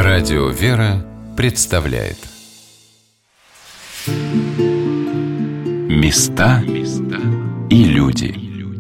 Радио «Вера» представляет Места и люди.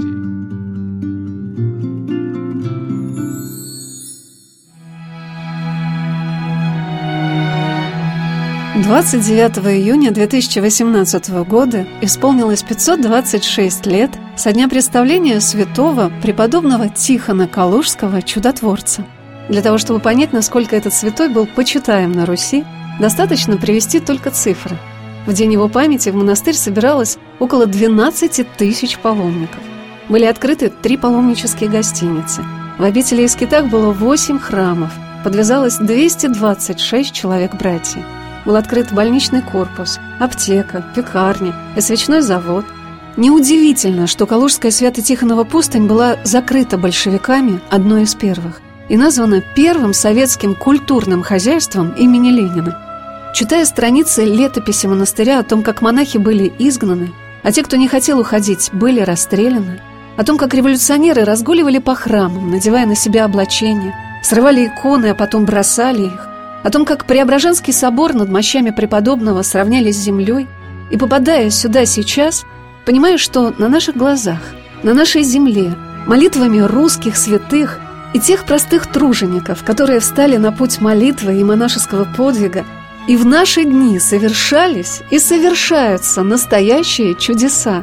«29 июня 2018 года исполнилось 526 лет со дня представления святого преподобного Тихона Калужского чудотворца. Для того, чтобы понять, насколько этот святой был почитаем на Руси, достаточно привести только цифры. В день его памяти в монастырь собиралось около 12 тысяч паломников. Были открыты 3 паломнические гостиницы. В обители и скитах было 8 храмов. Подвязалось 226 человек-братьев. Был открыт больничный корпус, аптека, пекарня и свечной завод. Неудивительно, что Калужская Свято-Тихонова пустынь была закрыта большевиками одной из первых и названа первым советским культурным хозяйством имени Ленина. Читая страницы летописи монастыря о том, как монахи были изгнаны, а те, кто не хотел уходить, были расстреляны, о том, как революционеры разгуливали по храмам, надевая на себя облачения, срывали иконы, а потом бросали их, о том, как Преображенский собор над мощами преподобного сравняли с землей, и, попадая сюда сейчас, понимаешь, что на наших глазах, на нашей земле, молитвами русских святых и тех простых тружеников, которые встали на путь молитвы и монашеского подвига, и в наши дни совершались и совершаются настоящие чудеса.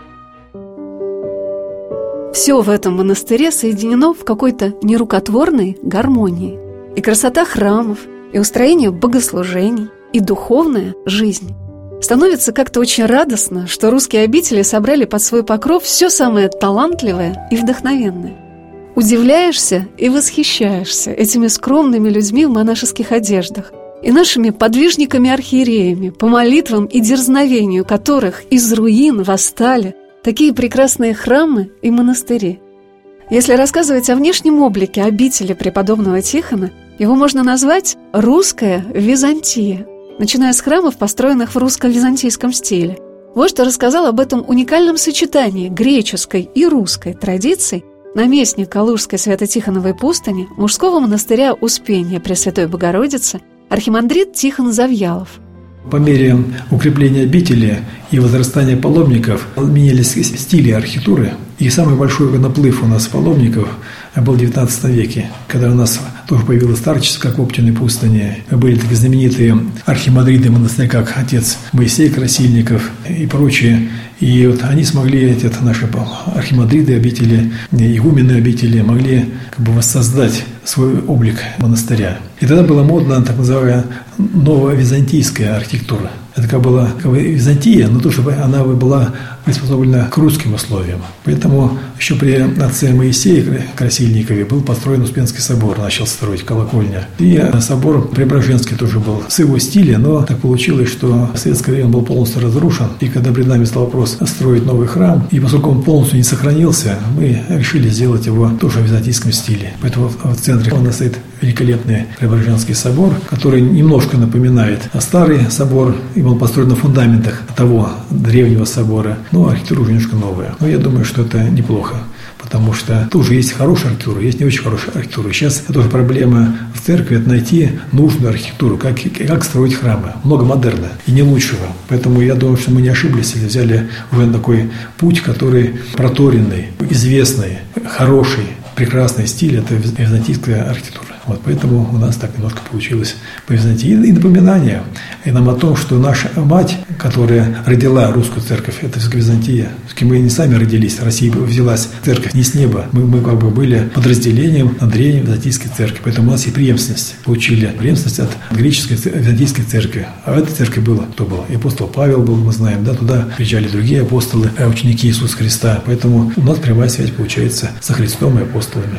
Все в этом монастыре соединено в какой-то нерукотворной гармонии. И красота храмов, и устроение богослужений, и духовная жизнь. Становится как-то очень радостно, что русские обители собрали под свой покров все самое талантливое и вдохновенное. Удивляешься и восхищаешься этими скромными людьми в монашеских одеждах и нашими подвижниками-архиереями, по молитвам и дерзновению которых из руин восстали такие прекрасные храмы и монастыри. Если рассказывать о внешнем облике обители преподобного Тихона, его можно назвать «русская Византия», начиная с храмов, построенных в русско-византийском стиле. Вот что рассказал об этом уникальном сочетании греческой и русской традиций наместник Калужской Свято-Тихоновой пустыни мужского монастыря Успения Пресвятой Богородицы архимандрит Тихон Завьялов. По мере укрепления обители и возрастания паломников менялись стили архитектуры. И самый большой наплыв у нас паломников был в XIX веке, когда у нас тоже появилось старчество, как в Оптиной пустыне. Были такие знаменитые архимандриты монастыря, как отец Моисей Красильников и прочие. И вот они смогли, эти наши архимандриты обители, игумены обители, могли воссоздать свой облик монастыря. И тогда была модна так называемая нововизантийская архитектура. Это была Византия, но то, чтобы она была приспособлена к русским условиям. Поэтому еще при отце Моисее Красильникове был построен Успенский собор, начал строить колокольня. И собор Преображенский тоже был с его стиля, но так получилось, что в советское время он был полностью разрушен. И когда перед нами стал вопрос строить новый храм, и поскольку он полностью не сохранился, мы решили сделать его тоже в византийском стиле. Поэтому в центре у нас стоит великолепный Преображенский собор, который немножко напоминает старый собор, и был построен на фундаментах того древнего собора, но архитектура уже немножко новая. Но я думаю, что это неплохо, потому что тоже есть хорошая архитектура, есть не очень хорошая архитектура. Сейчас тоже проблема в церкви – это найти нужную архитектуру, как строить храмы. Много модерна и не лучшего. Поэтому я думаю, что мы не ошиблись, если взяли уже такой путь, который проторенный, известный, хороший, прекрасный стиль – это византийская архитектура. Вот поэтому у нас так немножко получилось по Византии. И напоминание нам о том, что наша мать, которая родила русскую церковь, это Византия. Мы не сами родились, Россия взялась церковь не с неба. Мы как бы были подразделением древней византийской церкви. Поэтому у нас есть преемственность. Получили преемственность от греческой византийской церкви. А в этой церкви было, кто был? И апостол Павел был, мы знаем, да, туда приезжали другие апостолы, ученики Иисуса Христа. Поэтому у нас прямая связь получается со Христом и апостолами.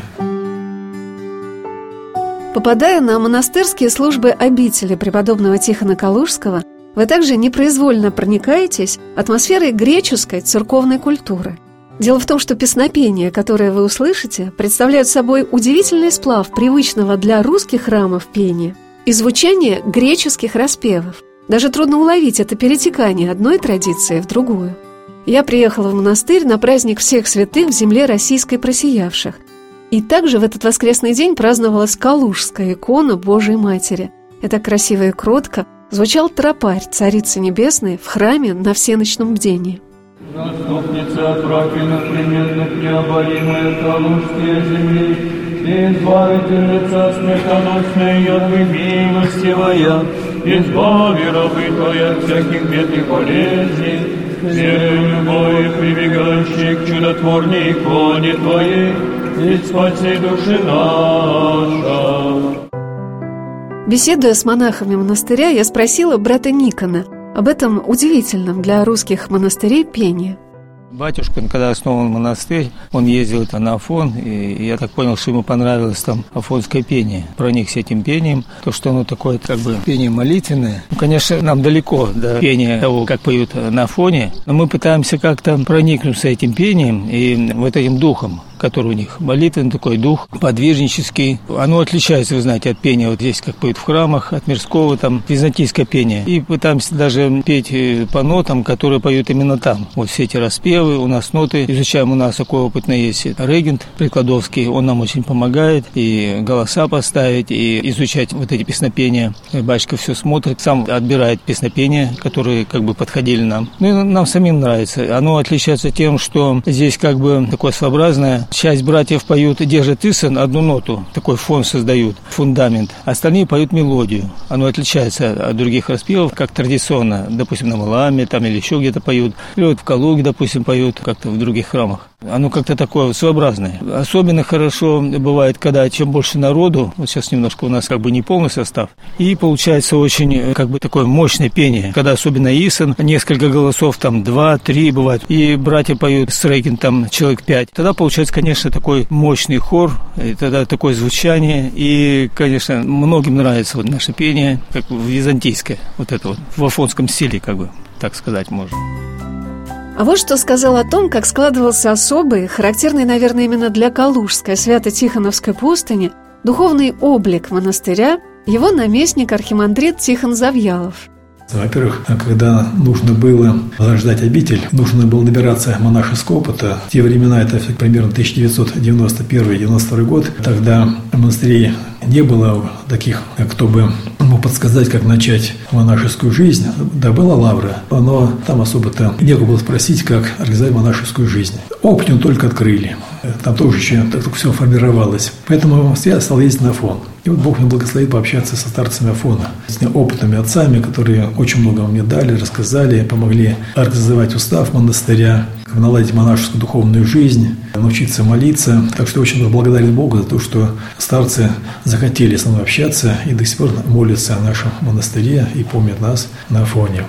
Попадая на монастырские службы обители преподобного Тихона Калужского, вы также непроизвольно проникаетесь атмосферой греческой церковной культуры. Дело в том, что песнопения, которые вы услышите, представляют собой удивительный сплав привычного для русских храмов пения и звучания греческих распевов. Даже трудно уловить это перетекание одной традиции в другую. Я приехала в монастырь на праздник всех святых в земле российской просиявших. И также в этот воскресный день праздновалась Калужская икона Божией Матери. Это красиво и кротко звучал тропарь Царицы Небесной в храме на всеночном бдении. Заступница проклятых приметных необоримая Калужские земли, и избавительница смертоносная, ядвы милостивая, избави рабы Твоя от всяких бед и болезней, все любовь, прибегающие к чудотворной иконе Твоей, и спаси души наша. Беседуя с монахами монастыря, я спросила брата Никона об этом удивительном для русских монастырей пении. Батюшка, когда основал монастырь, он ездил на Афон, и я так понял, что ему понравилось там афонское пение. Проникся этим пением, то, что оно такое, как бы, пение молитвенное. Ну, конечно, нам далеко до пения того, как поют на Афоне, но мы пытаемся как-то проникнуться этим пением и вот этим духом, который у них молитвенный такой дух, подвижнический. Оно отличается, вы знаете, от пения вот здесь, как поют в храмах, от мирского, там, византийское пение. И пытаемся даже петь по нотам, которые поют именно там. Вот все эти распевы, у нас ноты изучаем, у нас такой опытный есть регент Прикладовский, он нам очень помогает и голоса поставить, и изучать вот эти песнопения. Батюшка все смотрит, сам отбирает песнопения, которые как бы подходили нам. Ну и нам самим нравится. Оно отличается тем, что здесь как бы такое своеобразное. Часть братьев поют, держат исон, одну ноту, такой фон создают, фундамент. Остальные поют мелодию. Оно отличается от других распевов, как традиционно, допустим, на Маламе там или еще где-то поют, или вот в Калуге, допустим, поют как-то в других храмах. Оно как-то такое своеобразное. Особенно хорошо бывает, когда чем больше народу, вот сейчас немножко у нас как бы не полный состав, и получается очень как бы такое мощное пение, когда особенно исон, несколько голосов, там 2-3 бывает, и братья поют с регентом человек 5. Тогда получается, конечно, такой мощный хор, и тогда такое звучание, и, конечно, многим нравится вот наше пение, как византийское, вот это вот, в афонском стиле, как бы, так сказать можно. А вот что сказал о том, как складывался особый, характерный, наверное, именно для Калужской Свято-Тихоновской пустыни, духовный облик монастыря, его наместник архимандрит Тихон Завьялов. Во-первых, когда нужно было возрождать обитель, нужно было набираться монашеского опыта. В те времена, это примерно 1991-1992 год, тогда в монастыре не было таких, кто бы мог подсказать, как начать монашескую жизнь. Да, была лавра, но там особо-то некого было спросить, как организовать монашескую жизнь. Опыт только открыли. Там тоже еще только все формировалось. Поэтому я стал ездить на Афон. И вот Бог мне благословил пообщаться со старцами Афона, с опытными отцами, которые очень много мне дали, рассказали, помогли организовать устав монастыря, наладить монашескую духовную жизнь, научиться молиться. Так что очень благодарен Богу за то, что старцы захотели со мной общаться и до сих пор молятся о нашем монастыре и помнят нас на Афоне.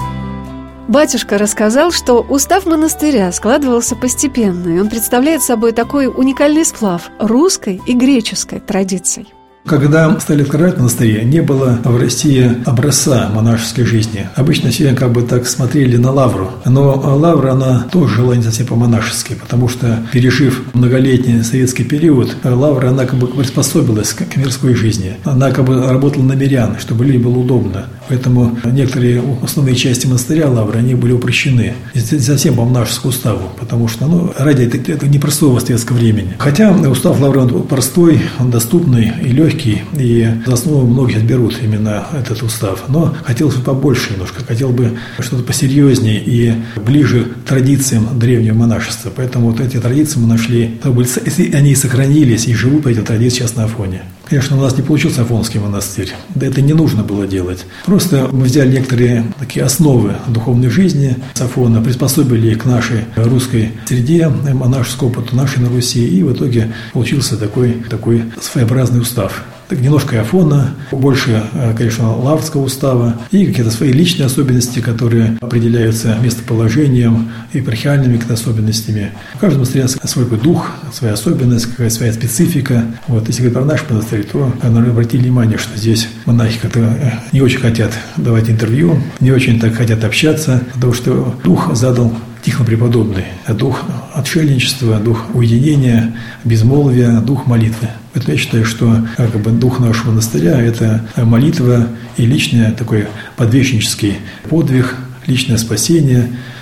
Батюшка рассказал, что устав монастыря складывался постепенно, и он представляет собой такой уникальный сплав русской и греческой традиций. Когда стали открывать монастыри, не было в России образца монашеской жизни. Обычно все как бы так смотрели на лавру. Но лавра, она тоже жила не совсем по-монашески, потому что, пережив многолетний советский период, лавра, она как бы приспособилась к мирской жизни. Она как бы работала на мирян, чтобы людям было удобно. Поэтому некоторые основные части монастыря лавры, они были упрощены. Здесь совсем по монашескому уставу, потому что, ради это непростого советского времени. Хотя устав лавры он простой, он доступный и легкий, и за основу многие берут именно этот устав. Но хотелось бы побольше немножко, хотел бы что-то посерьезнее и ближе к традициям древнего монашества. Поэтому вот эти традиции мы нашли, если они сохранились и живут по этим традициям сейчас на Афоне. Конечно, у нас не получился Афонский монастырь, да это не нужно было делать. Просто мы взяли некоторые такие основы духовной жизни с Афона, приспособили к нашей русской среде, монашескому опыту нашей на Руси, и в итоге получился такой своеобразный устав. Так немножко Афона, больше, конечно, лаврского устава и какие-то свои личные особенности, которые определяются местоположением и епархиальными особенностями. В каждом монастыре свой дух, своя особенность, какая-то своя специфика. Вот, если говорить про наш монастырь, то, наверное, обратили внимание, что здесь монахи как-то не очень хотят давать интервью, не очень так хотят общаться, потому что дух задал Тихон Преподобный, дух отшельничества, дух уединения, безмолвия, дух молитвы. Поэтому я считаю, что дух нашего монастыря – это молитва и личный такой подвижнический подвиг, личное спасение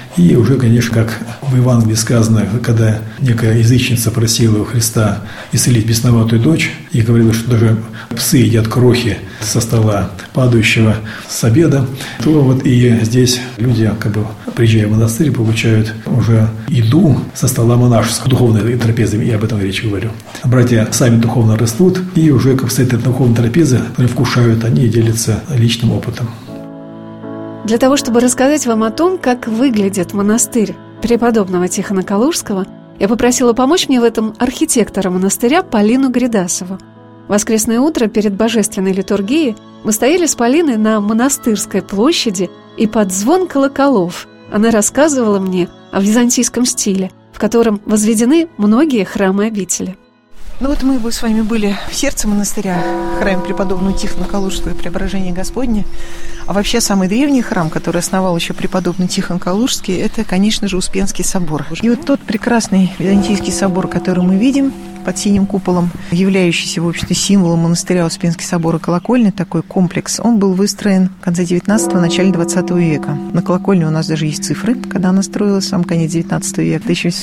И уже, конечно, как в Евангелии сказано, когда некая язычница просила у Христа исцелить бесноватую дочь и говорила, что даже псы едят крохи со стола падающего с обеда, то вот и здесь люди, приезжая в монастырь, получают уже еду со стола монашеского, духовной трапезы, я об этом речь говорю. Братья сами духовно растут, и уже с этой духовной трапезы вкушают они и делятся личным опытом. Для того, чтобы рассказать вам о том, как выглядит монастырь преподобного Тихона Калужского, я попросила помочь мне в этом архитектора монастыря Полину Гридасову. В воскресное утро перед божественной литургией мы стояли с Полиной на Монастырской площади, и под звон колоколов она рассказывала мне о византийском стиле, в котором возведены многие храмы-обители. Мы с вами были в сердце монастыря, в храме преподобного Тихона Калужского и Преображения Господня. А вообще самый древний храм, который основал еще преподобный Тихон Калужский, это, конечно же, Успенский собор. И вот тот прекрасный византийский собор, который мы видим под синим куполом, являющийся, в общем-то, символом монастыря Успенский собор и колокольня, такой комплекс, он был выстроен в конце 19-го, начале 20 века. На колокольне у нас даже есть цифры, когда она строилась, сам конец 19 века,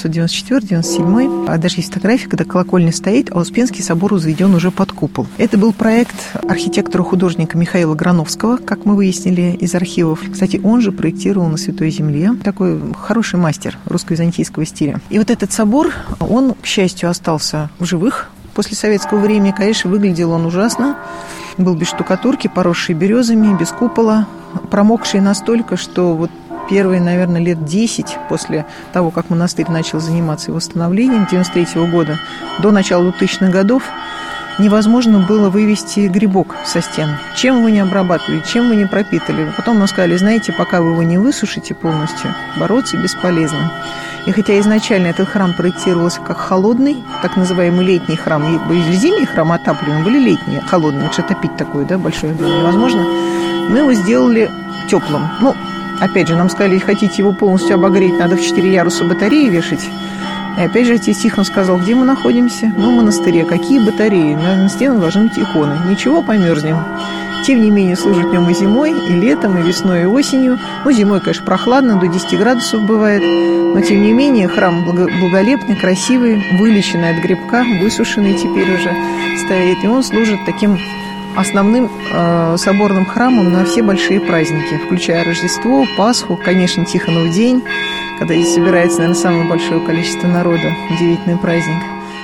1894-97, а даже есть фотография, когда колокольня стоит, а Успенский собор возведен уже под купол. Это был проект архитектора-художника Михаила Грановского, как мы выяснили из архивов. Кстати, он же проектировал на Святой Земле. Такой хороший мастер русско-византийского стиля. И вот этот собор, он, к счастью, остался в живых после советского времени. Конечно, выглядел он ужасно. Был без штукатурки, поросший березами, без купола, промокший настолько, что первые, наверное, лет 10 после того, как монастырь начал заниматься его восстановлением, 1993 года, до начала 2000-х годов, невозможно было вывести грибок со стен. Чем вы не обрабатывали, чем вы не пропитали. Потом нам сказали, знаете, пока вы его не высушите полностью, бороться бесполезно. И хотя изначально этот храм проектировался как холодный, так называемый летний храм, были зимние храмы отапливаемые, были летние, холодные, потому что топить такой, большой объем невозможно, мы его сделали теплым. Опять же, нам сказали, хотите его полностью обогреть, надо в 4 яруса батареи вешать. И опять же, отец Тихон сказал, где мы находимся? В монастыре. Какие батареи? На стенах должны быть иконы. Ничего, померзнем. Тем не менее, служат в нем и зимой, и летом, и весной, и осенью. Зимой, конечно, прохладно, до 10 градусов бывает. Но, тем не менее, храм благолепный, красивый, вылеченный от грибка, высушенный теперь уже стоит. И он служит таким основным соборным храмом на все большие праздники, включая Рождество, Пасху, конечно, Тихонов день, когда здесь собирается, наверное, самое большое количество народу. Удивительный праздник.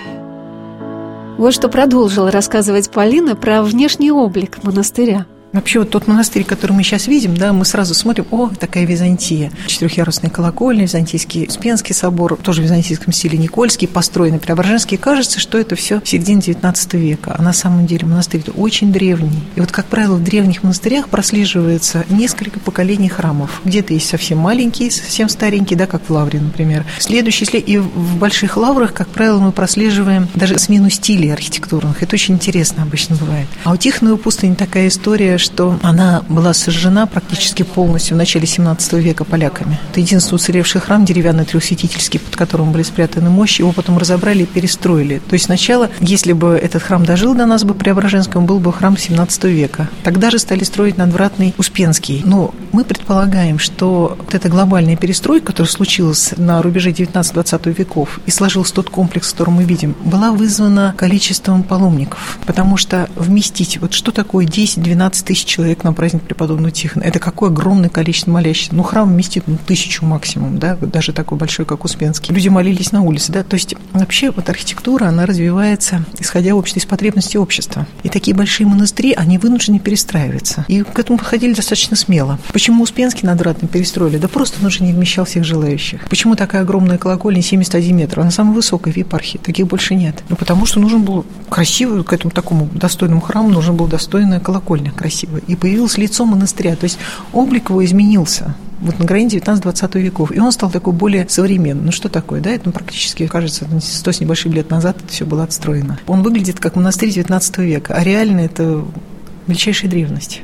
Вот что продолжила рассказывать Полина про внешний облик монастыря. Вообще, тот монастырь, который мы сейчас видим, мы сразу смотрим, такая Византия. 4-ярусная колокольня, византийский Успенский собор, тоже в византийском стиле Никольский, построенный Преображенский. Кажется, что это все середина 19 века. А на самом деле монастырь очень древний. И как правило, в древних монастырях прослеживается несколько поколений храмов. Где-то есть совсем маленькие, совсем старенькие, как в Лавре, например. И в больших лаврах, как правило, мы прослеживаем даже смену стилей архитектурных. Это очень интересно обычно бывает. А у Тихоновой пустыни такая история, что она была сожжена практически полностью в начале 17 века поляками. Это единственный уцелевший храм, деревянный трехсветительский, под которым были спрятаны мощи, его потом разобрали и перестроили. То есть сначала, если бы этот храм дожил до нас, Преображенском, был бы храм 17 века. Тогда же стали строить надвратный Успенский. Но мы предполагаем, что эта глобальная перестройка, которая случилась на рубеже 19-20 веков, и сложился тот комплекс, который мы видим, была вызвана количеством паломников. Потому что вместить, что такое 10-12 тысяч человек на праздник преподобного Тихона. Это какое огромное количество молящихся. Храм вместит 1000 максимум, даже такой большой, как Успенский. Люди молились на улице, То есть вообще архитектура, она развивается, исходя из потребностей общества. И такие большие монастыри, они вынуждены перестраиваться. И к этому подходили достаточно смело. Почему Успенский надвратный перестроили? Просто он уже не вмещал всех желающих. Почему такая огромная колокольня 71 метр? Она самая высокая в епархии. Таких больше нет. Потому что нужен был красивый, к этому такому достойному храму нужна была достойная колокольня, красивая. И появилось лицо монастыря, то есть облик его изменился на границе 19-20 веков, и он стал такой более современным. Что такое, Это практически, кажется, 100 с небольшим лет назад это все было отстроено. Он выглядит как монастырь 19 века, а реально это величайшая древность.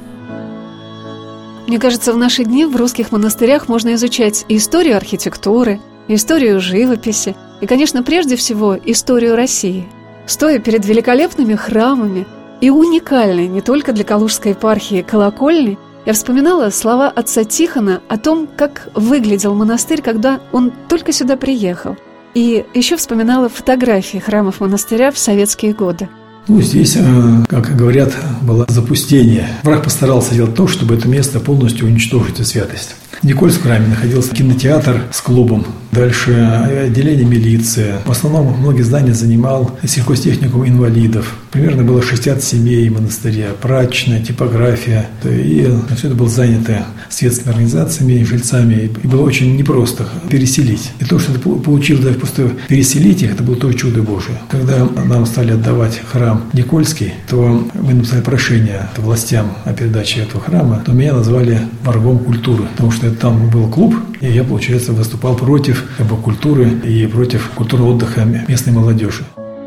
Мне кажется, в наши дни в русских монастырях можно изучать и историю архитектуры, и историю живописи, и, конечно, прежде всего, историю России. Стоя перед великолепными храмами и уникальной не только для Калужской епархии колокольни, я вспоминала слова отца Тихона о том, как выглядел монастырь, когда он только сюда приехал. И еще вспоминала фотографии храмов монастыря в советские годы. Здесь, как говорят, было запустение. Враг постарался делать то, чтобы это место полностью уничтожить и святость. В Никольском храме находился кинотеатр с клубом, дальше отделение милиции. В основном многие здания занимал сельхозтехникум инвалидов. Примерно было 60 семей монастыря, прачечная, типография. И все это было занято светскими организациями, жильцами. И было очень непросто переселить. И то, что это получилось даже просто переселить их, это было тоже чудо Божие. Когда нам стали отдавать храм Никольский, то мы написали прошение властям о передаче этого храма, то меня назвали врагом культуры, потому что там был клуб, и я, получается, выступал против культуры и против культуры отдыха местной молодежи.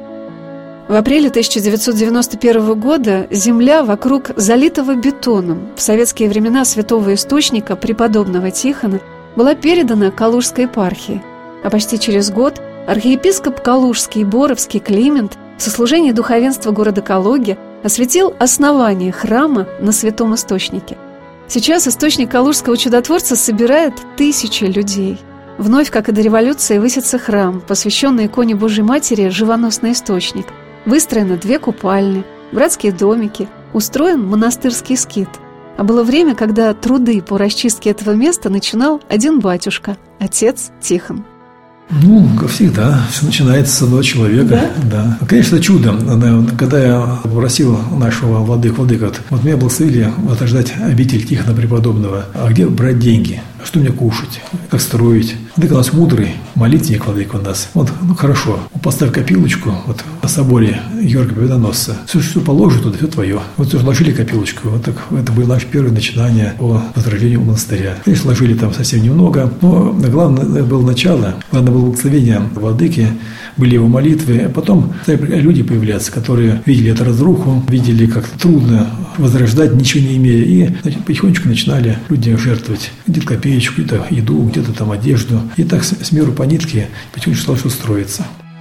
В апреле 1991 года земля вокруг залитого бетоном в советские времена святого источника преподобного Тихона была передана Калужской епархии, а почти через год архиепископ Калужский и Боровский Климент в сослужении духовенства города Калуги осветил основание храма на святом источнике. Сейчас источник Калужского чудотворца собирает тысячи людей. Вновь, как и до революции, высится храм, посвященный иконе Божьей Матери «Живоносный источник». Выстроено 2 купальни, братские домики, устроен монастырский скит. А было время, когда труды по расчистке этого места начинал один батюшка, отец Тихон. Как всегда, все начинается с одного человека. Да. Конечно, чудо. Когда я попросил нашего владыку, вот меня благословили отождать обитель Тихона Преподобного. А где брать деньги? Что мне кушать? Как строить? Владыка у нас мудрый, молитвенник владыка у нас. Хорошо, поставь копилочку на соборе Георгия Победоносца. Все положи туда, все твое. Ложили копилочку. Это было наше первое начинание по возрождению монастыря. Конечно, ложили там совсем немного, но главное было начало. Главное было благословение владыки, были его молитвы. А потом стали люди появляться, которые видели эту разруху, видели, как трудно возрождать, ничего не имея. И потихонечку начинали люди жертвовать. Где-то копеечку, где-то еду, где-то там одежду. И так с миру по нитке потихонечку стало все строиться.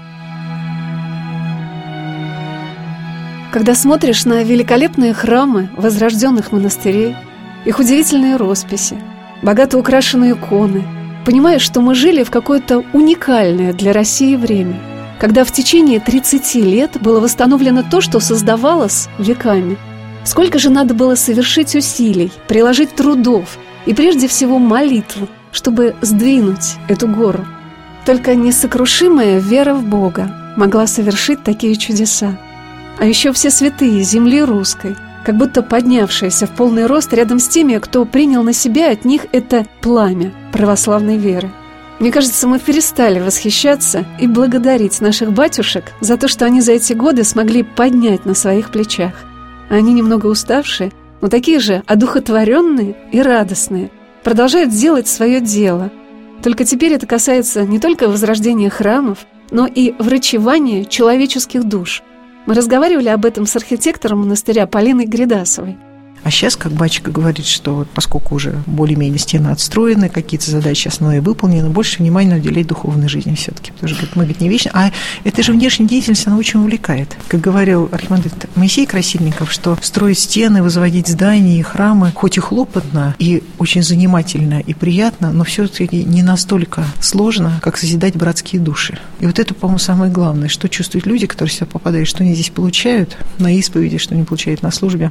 Когда смотришь на великолепные храмы возрожденных монастырей, их удивительные росписи, богато украшенные иконы, понимаешь, что мы жили в какое-то уникальное для России время, когда в течение 30 лет было восстановлено то, что создавалось веками. Сколько же надо было совершить усилий, приложить трудов и прежде всего молитву, чтобы сдвинуть эту гору. Только несокрушимая вера в Бога могла совершить такие чудеса. А еще все святые земли русской, как будто поднявшиеся в полный рост рядом с теми, кто принял на себя от них это пламя православной веры. Мне кажется, мы перестали восхищаться и благодарить наших батюшек за то, что они за эти годы смогли поднять на своих плечах. А они немного уставшие, но такие же одухотворенные и радостные, продолжают делать свое дело. Только теперь это касается не только возрождения храмов, но и врачевания человеческих душ. Мы разговаривали об этом с архитектором монастыря Полиной Гридасовой. А сейчас, как батюшка говорит, что поскольку уже более-менее стены отстроены, какие-то задачи основные выполнены, больше внимания уделять духовной жизни все-таки. Потому что, говорит, мы, говорит, не вечно. А это же внешняя деятельность, она очень увлекает. Как говорил архимандрит Моисей Красильников, что строить стены, возводить здания и храмы, хоть и хлопотно, и очень занимательно и приятно, но все-таки не настолько сложно, как созидать братские души. И вот это, по-моему, самое главное, что чувствуют люди, которые сюда попадают, что они здесь получают на исповеди, что они получают на службе.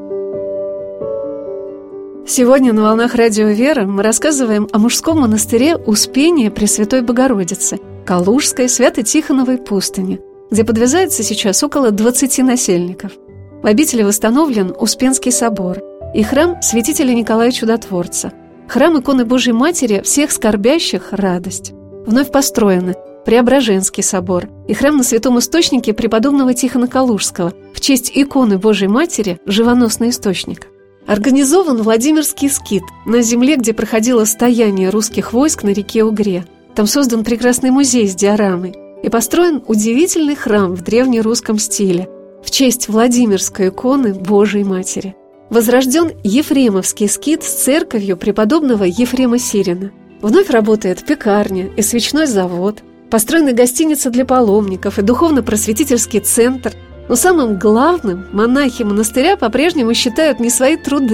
Сегодня на «Волнах Радио Вера» мы рассказываем о мужском монастыре Успения Пресвятой Богородицы, Калужской Свято-Тихоновой пустыни, где подвязается сейчас около 20 насельников. В обители восстановлен Успенский собор и храм святителя Николая Чудотворца, храм иконы Божьей Матери всех скорбящих радость. Вновь построены Преображенский собор и храм на святом источнике преподобного Тихона Калужского в честь иконы Божьей Матери «Живоносный источник». Организован Владимирский скит на земле, где проходило стояние русских войск на реке Угре. Там создан прекрасный музей с диорамой и построен удивительный храм в древнерусском стиле в честь Владимирской иконы Божией Матери. Возрожден Ефремовский скит с церковью преподобного Ефрема Сирина. Вновь работает пекарня и свечной завод, построена гостиница для паломников и духовно-просветительский центр. Но самым главным монахи монастыря по-прежнему считают не свои труды,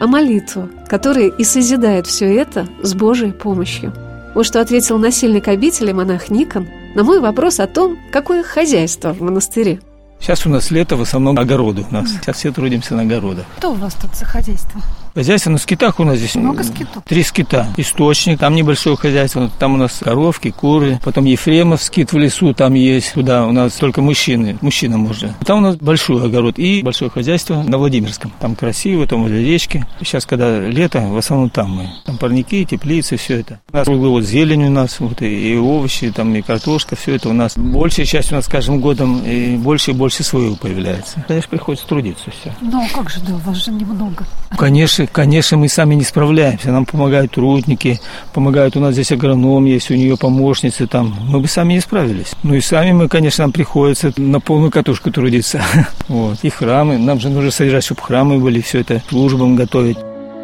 а молитву, которая и созидает все это с Божьей помощью. Вот что ответил насильник обители монах Никон на мой вопрос о том, какое хозяйство в монастыре. Сейчас у нас лето, в основном огороды у нас. Сейчас все трудимся на огородах. Что у вас тут за хозяйство? Хозяйство на скитах у нас здесь. Много скитов? 3 скита. Источник, там небольшое хозяйство. Там у нас коровки, куры. Потом Ефремов скит в лесу там есть. Туда у нас только мужчины. Мужчина можно. Там у нас большой огород и большое хозяйство на Владимирском. Там красиво, там возле речки. Сейчас, когда лето, в основном там мы. Там парники, теплицы, все это. У нас круглый вот зелень у нас, вот и овощи, там и картошка, все это у нас. Большая часть у нас с каждым годом и больше своего появляется. Конечно, приходится трудиться все. Ну, как же, да, у вас же немного. Конечно, мы сами не справляемся. Нам помогают трудники, помогают у нас здесь агроном есть, у нее помощницы там. Мы бы сами не справились. Ну и сами мы, конечно, нам приходится на полную катушку трудиться. Вот. И храмы. Нам же нужно содержать, чтобы храмы были, все это службам готовить.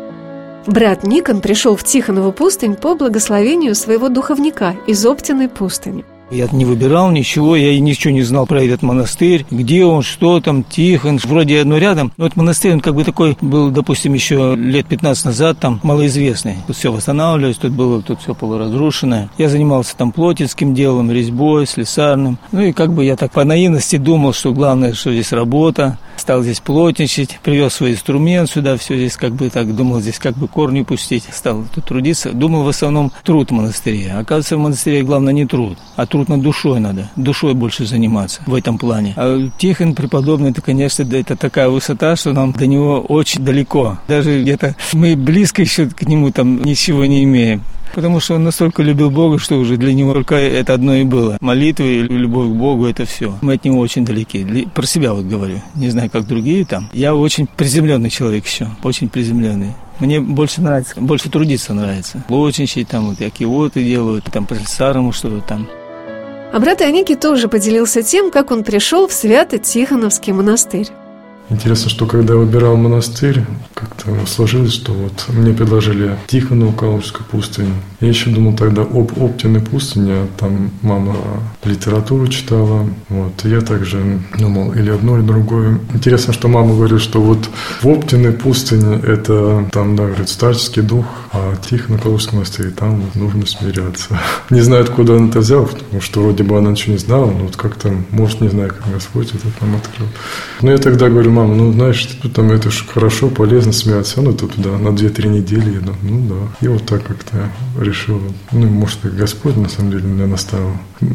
Брат Никон пришел в Тихонову пустынь по благословению своего духовника из Оптиной пустыни. Я не выбирал ничего, я ничего не знал про этот монастырь, где он, что там, Тихон, вроде одно рядом. Но этот монастырь, он как бы такой был, допустим, еще лет 15 назад, там, малоизвестный. Тут все восстанавливалось, тут все полуразрушенное. Я занимался там плотницким делом, резьбой, слесарным. Ну и как бы я так по наивности думал, что главное, что здесь работа. Стал здесь плотничать, привез свой инструмент сюда, все здесь как бы так, думал здесь как бы корни пустить. Стал тут трудиться, думал в основном труд в монастыре. Оказывается, в монастыре главное не труд, а труд над душой надо, душой больше заниматься в этом плане. А Тихон преподобный, это, конечно, это такая высота, что нам до него очень далеко. Даже где-то мы близко еще к нему там ничего не имеем. Потому что он настолько любил Бога, что уже для него только это одно и было. Молитва и любовь к Богу – это все. Мы от него очень далеки. Про себя вот говорю. Не знаю, как другие там. Я очень приземленный человек еще. Очень приземленный. Мне больше нравится, больше трудиться нравится. Плотничать, там вот якиоты делают, там по слесарному что-то там. А брат Аникий тоже поделился тем, как он пришел в Свято-Тихоновский монастырь. Интересно, что когда я выбирал монастырь, как-то сложилось, что вот мне предложили Тихонову Калужскую пустыню. Я еще думал тогда об Оптиной пустыне, там мама литературу читала. Вот. Я также думал или одно, или другое. Интересно, что мама говорит, что вот в Оптиной пустыне это там, да, говорит, старческий дух, а Тихонов Калужский монастырь, там вот нужно смиряться. Не знаю, откуда она это взяла, потому что вроде бы она ничего не знала, но вот как-то, может, не знаю, как Господь это нам открыл. Но я тогда говорю: мама, ну, знаешь, там это же хорошо, полезно смеяться. Ну, то туда на 2-3 недели еду. Ну, да. И вот так как-то решил. Ну, может, и Господь, на самом деле, меня наставил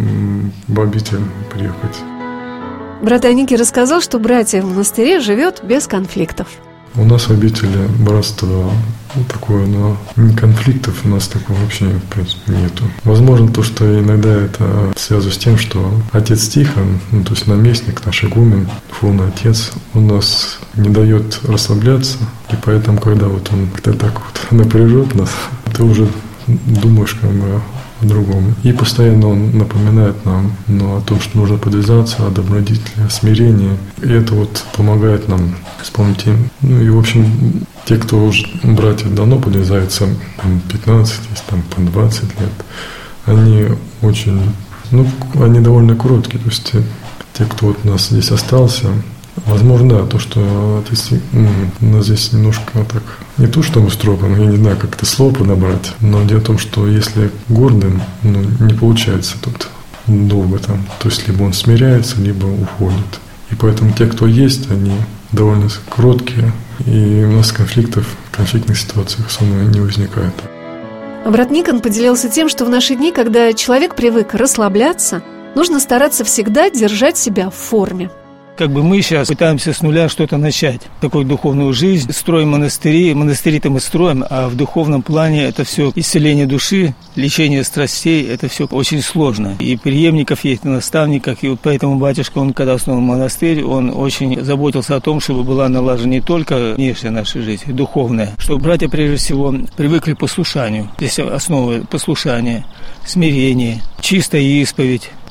в обитель приехать. Брат Аникий рассказал, что братья в монастыре живет без конфликтов. У нас в обители братство такое, но конфликтов у нас такого вообще, в принципе, нету. Возможно, то, что иногда это связано с тем, что отец Тихон, ну, то есть наместник, наш игумен, духовный отец, он нас не дает расслабляться, и поэтому, когда вот он как-то так вот напряжет нас, ты уже думаешь как бы о другом. И постоянно он напоминает нам, о том, что нужно подвязаться, о добродетели, о смирении. И это вот помогает нам вспомнить им. Ну и, в общем, те, кто уже, братья, давно подвязаются, 15, есть там по 20 лет, они очень, они довольно короткие. То есть те, кто вот у нас здесь остался, возможно, да, то, что у нас здесь немножко так, не то чтобы строго, но я не знаю, как это слово подобрать, но дело в том, что если гордым, не получается тут долго там, то есть либо он смиряется, либо уходит. И поэтому те, кто есть, они довольно короткие, и у нас конфликтных ситуациях особенно не возникает. Брат Никон поделился тем, что в наши дни, когда человек привык расслабляться, нужно стараться всегда держать себя в форме. Как бы мы сейчас пытаемся с нуля что-то начать, такую духовную жизнь, строим монастыри, монастыри-то мы строим, а в духовном плане это все исцеление души, лечение страстей, это все очень сложно. И преемников есть, и наставников, и вот поэтому батюшка, он когда основал монастырь, он очень заботился о том, чтобы была налажена не только внешняя наша жизнь, духовная, чтобы братья прежде всего привыкли к послушанию. Здесь основа послушания, смирение, чистая исповедь.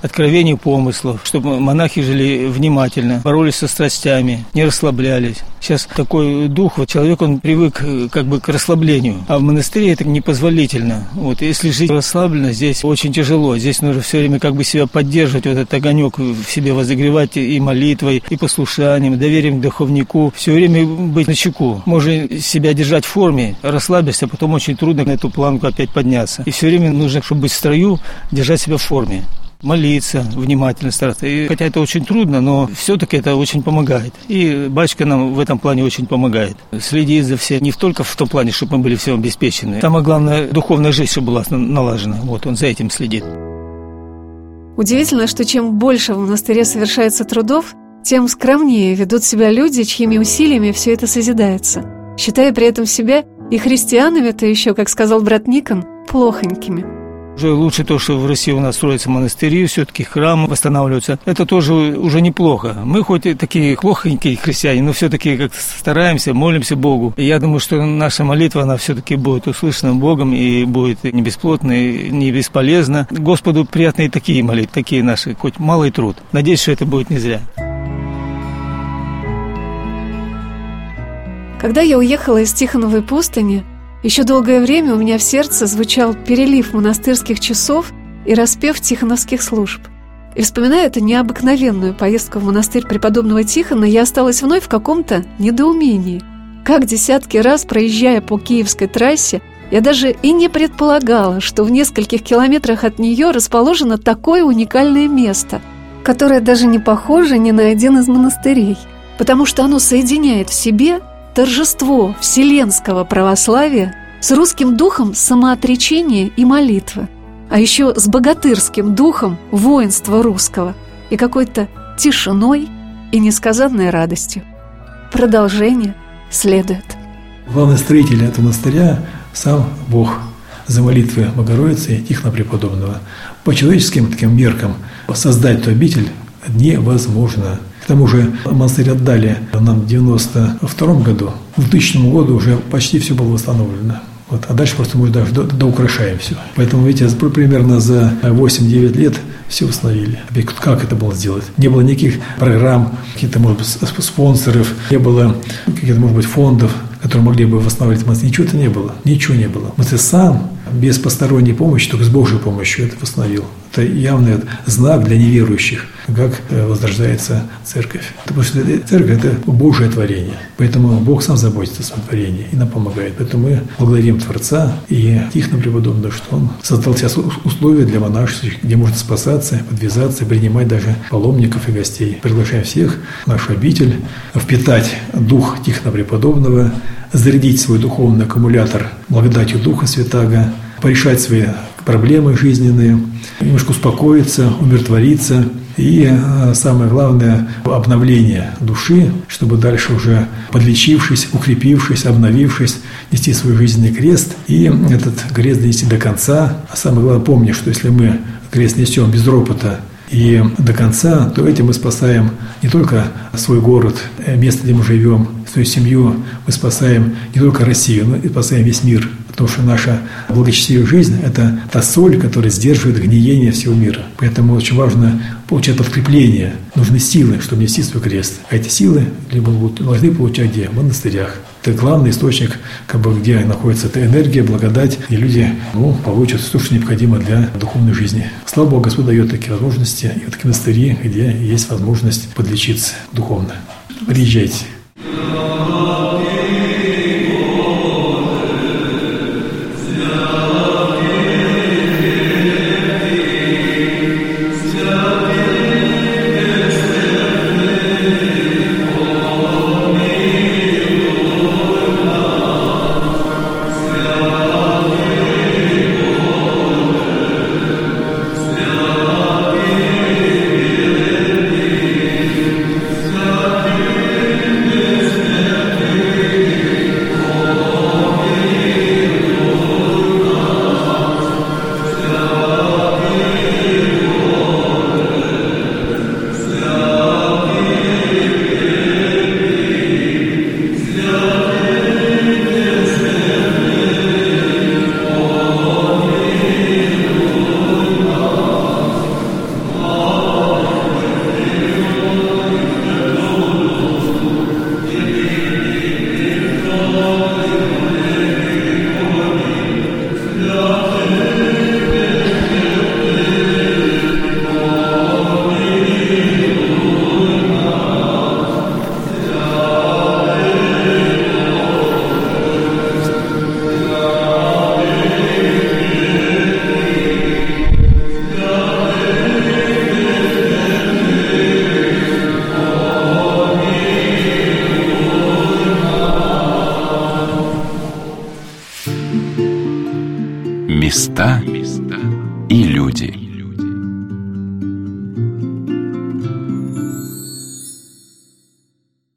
откровений помыслов, чтобы монахи жили внимательно, боролись со страстями, не расслаблялись. Сейчас такой дух, вот человек, он привык как бы к расслаблению, а в монастыре это непозволительно. Вот, если жить расслабленно, здесь очень тяжело. Здесь нужно все время как бы себя поддерживать, вот этот огонек в себе возогревать и молитвой, и послушанием, доверием к духовнику. Все время быть начеку. Можно себя держать в форме, расслабиться, а потом очень трудно на эту планку опять подняться. И все время нужно, чтобы быть в строю, держать себя в форме. Молиться, внимательно стараться. И хотя это очень трудно, но все-таки это очень помогает. И батюшка нам в этом плане очень помогает. Следит за всем, не только в том плане, чтобы мы были всем обеспечены. Самое главное, духовная жизнь, чтобы была налажена. Вот он за этим следит. Удивительно, что чем больше в монастыре совершается трудов, тем скромнее ведут себя люди, чьими усилиями все это созидается, считая при этом себя и христианами-то еще, как сказал брат Никон, плохонькими. Уже лучше то, что в России у нас строятся монастыри, все-таки храмы восстанавливаются. Это тоже уже неплохо. Мы хоть и такие плохонькие христиане, но все-таки как-то стараемся, молимся Богу. И я думаю, что наша молитва, она все-таки будет услышана Богом и будет не бесплотна, не бесполезна. Господу приятны и такие молитвы, такие наши, хоть малый труд. Надеюсь, что это будет не зря. Когда я уехала из Тихоновой пустыни, еще долгое время у меня в сердце звучал перелив монастырских часов и распев тихоновских служб. И вспоминая эту необыкновенную поездку в монастырь преподобного Тихона, я осталась вновь в каком-то недоумении. Как десятки раз, проезжая по Киевской трассе, я даже и не предполагала, что в нескольких километрах от нее расположено такое уникальное место, которое даже не похоже ни на один из монастырей, потому что оно соединяет в себе торжество вселенского православия с русским духом самоотречения и молитвы, а еще с богатырским духом воинства русского и какой-то тишиной и несказанной радостью. Продолжение следует. Главный строитель этого монастыря сам Бог за молитвы Богородицы и Тихона Преподобного. По человеческим таким меркам создать эту обитель невозможно. К тому же монастырь отдали нам в 1992 году. В 2000 году уже почти все было восстановлено. Вот. А дальше просто мы даже доукрашаем все. Поэтому, видите, примерно за 8-9 лет все восстановили. Как это было сделать? Не было никаких программ, каких-то, может быть, спонсоров, не было каких-то, может быть, фондов, которые могли бы восстанавливать монастырь. Ничего-то не было. Ничего не было. Монастырь сам, без посторонней помощи, только с Божьей помощью это восстановил. Это явный знак для неверующих, как возрождается церковь. Потому что церковь – это Божие творение. Поэтому Бог сам заботится о своем творении и нам помогает. Поэтому мы благодарим Творца и Тихона Преподобного, что он создал сейчас условия для монашества, где можно спасаться, подвязаться, принимать даже паломников и гостей. Приглашаем всех в нашу обитель, впитать дух Тихона Преподобного, зарядить свой духовный аккумулятор благодатью Духа Святаго, порешать свои проблемы жизненные, немножко успокоиться, умиротвориться и, самое главное, обновление души, чтобы дальше уже подлечившись, укрепившись, обновившись, нести свой жизненный крест и этот крест донести до конца. А самое главное, помни, что если мы крест несем без ропота и до конца, то этим мы спасаем не только свой город, место, где мы живем, свою семью, мы спасаем не только Россию, но и спасаем весь мир. Потому что наша благочестивая жизнь – это та соль, которая сдерживает гниение всего мира. Поэтому очень важно получать подкрепление. Нужны силы, чтобы нести свой крест. А эти силы должны получать где? В монастырях. Это главный источник, где находится эта энергия, благодать, и люди получат то, что необходимо для духовной жизни. Слава Богу, Господь дает такие возможности, и вот такие монастыри, где есть возможность подлечиться духовно. Приезжайте. Места и люди.